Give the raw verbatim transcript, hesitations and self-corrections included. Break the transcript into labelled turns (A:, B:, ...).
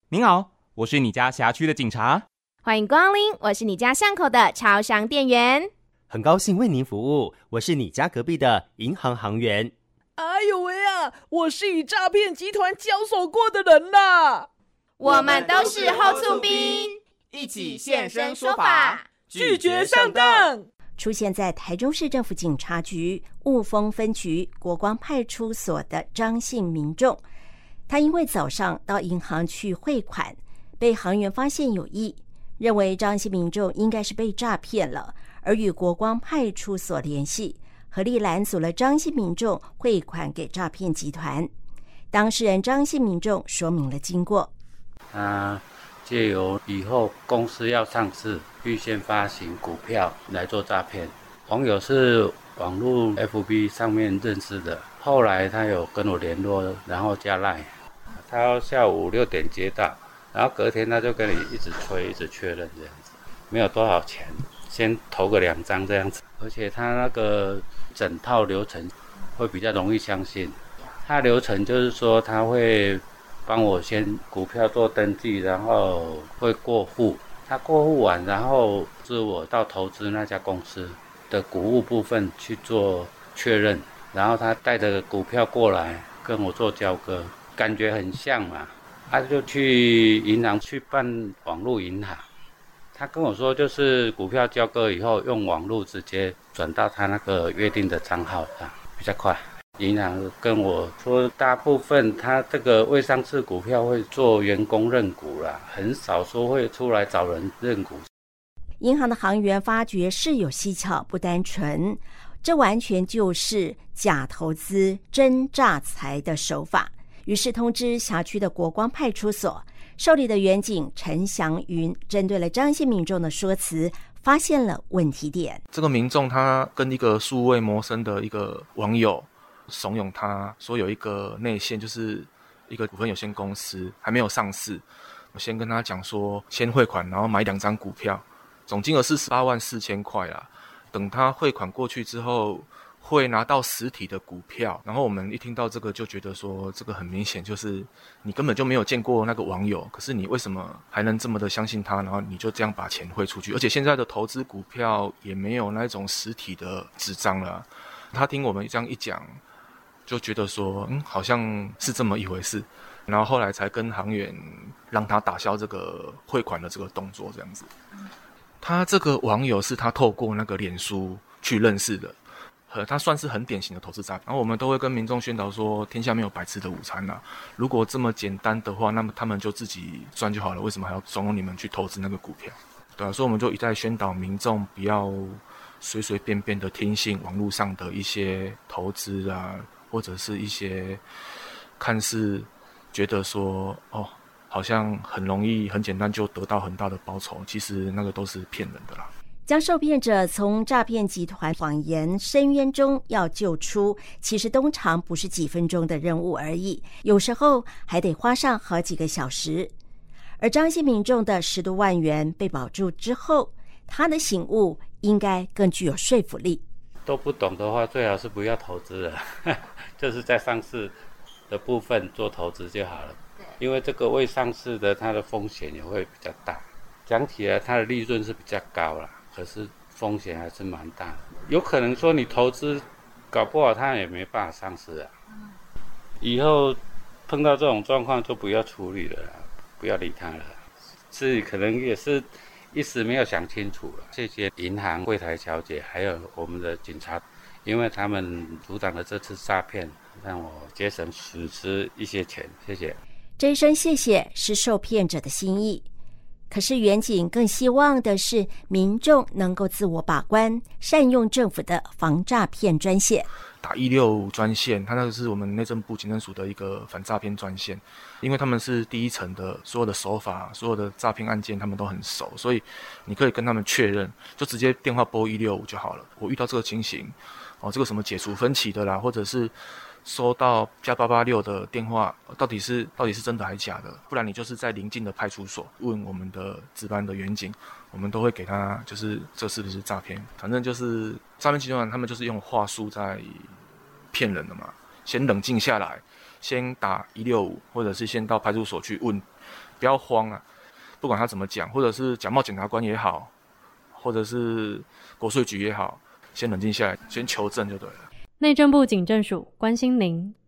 A: 您好，我是你家辖区的警察。
B: 欢迎光临，我是你家巷口的超商店员。
C: 很高兴为您服务，我是你家隔壁的银行行员。
D: 哎呦喂啊，我是与诈骗集团交手过的人啦。
B: 我们都是后厝兵，
A: 一起现身说法，
D: 拒绝上当。
E: 出现在台中市政府警察局雾峰分局国光派出所的张姓民众，他因为早上到银行去汇款，被行员发现有异，认为张姓民众应该是被诈骗了，而与国光派出所联系，合力拦阻了张姓民众汇款给诈骗集团。当事人张姓民众说明了经过。
F: 他借由以后公司要上市，预先发行股票来做诈骗。网友是网络 F B 上面认识的，后来他有跟我联络，然后加 LINE， 他下午六点接到，然后隔天他就跟你一直催，一直确认这样子，没有多少钱，先投个两张这样子，而且他那个整套流程会比较容易相信。他流程就是说他会帮我先股票做登记，然后会过户，他过户完，然后是我到投资那家公司的股务部分去做确认，然后他带着股票过来跟我做交割，感觉很像嘛，他就去银行去办网络银行，他跟我说就是股票交割以后用网络直接转到他那个约定的账号上，比较快。银行跟我说，大部分他这个未上市股票会做员工认股啦，很少说会出来找人认股。
E: 银行的行员发觉事有蹊跷，不单纯，这完全就是假投资真诈财的手法，于是通知辖区的国光派出所，受理的员警陈祥云针对了张姓民众的说辞，发现了问题点。
G: 这个民众他跟一个素未谋生的一个网友怂恿他说有一个内线，就是一个股份有限公司还没有上市，我先跟他讲说先汇款，然后买两张股票，总金额是十八万四千块啦。等他汇款过去之后会拿到实体的股票，然后我们一听到这个就觉得说这个很明显就是你根本就没有见过那个网友，可是你为什么还能这么的相信他，然后你就这样把钱汇出去，而且现在的投资股票也没有那种实体的纸张了。他听我们这样一讲就觉得说嗯，好像是这么一回事，然后后来才跟行员让他打消这个汇款的这个动作这样子。他这个网友是他透过那个脸书去认识的，他算是很典型的投资诈骗。然后我们都会跟民众宣导说天下没有白吃的午餐啦，如果这么简单的话，那么他们就自己赚就好了，为什么还要怂恿你们去投资那个股票？对啊，所以我们就一再宣导民众不要随随便便的听信网络上的一些投资啊，或者是一些看似觉得说哦好像很容易很简单就得到很大的报酬，其实那个都是骗人的啦。
E: 将受骗者从诈骗集团谎言深渊中要救出，其实通常不是几分钟的任务而已，有时候还得花上好几个小时。而张姓民众的十多万元被保住之后，他的醒悟应该更具有说服力。
F: 都不懂的话最好是不要投资了就是在上市的部分做投资就好了，因为这个未上市的它的风险也会比较大，讲起来它的利润是比较高啦，可是风险还是蛮大的，有可能说你投资搞不好它也没办法上市啊。以后碰到这种状况就不要处理了啦，不要理它了，自己可能也是一时没有想清楚了。谢谢银行柜台小姐还有我们的警察，因为他们阻挡了这次诈骗，让我节省损失一些钱，谢谢。
E: 这一声谢谢是受骗者的心意，可是远景更希望的是民众能够自我把关，善用政府的防诈骗专线。
G: 打一六五专线，它那个是我们内政部警政署的一个反诈骗专线，因为他们是第一层的，所有的手法所有的诈骗案件他们都很熟，所以你可以跟他们确认，就直接电话拨一六五就好了。我遇到这个情形哦，这个什么解除分期的啦，或者是收到加八八六的电话，到底是到底是真的还假的？不然你就是在邻近的派出所问我们的值班的员警，我们都会给他就是这是不是诈骗。反正就是诈骗集团他们就是用话术在骗人的嘛，先冷静下来，先打一六五，或者是先到派出所去问不要慌啊，不管他怎么讲，或者是假冒检察官也好，或者是国税局也好，先冷静下来，先求证就对了。
H: 内政部警政署关心您。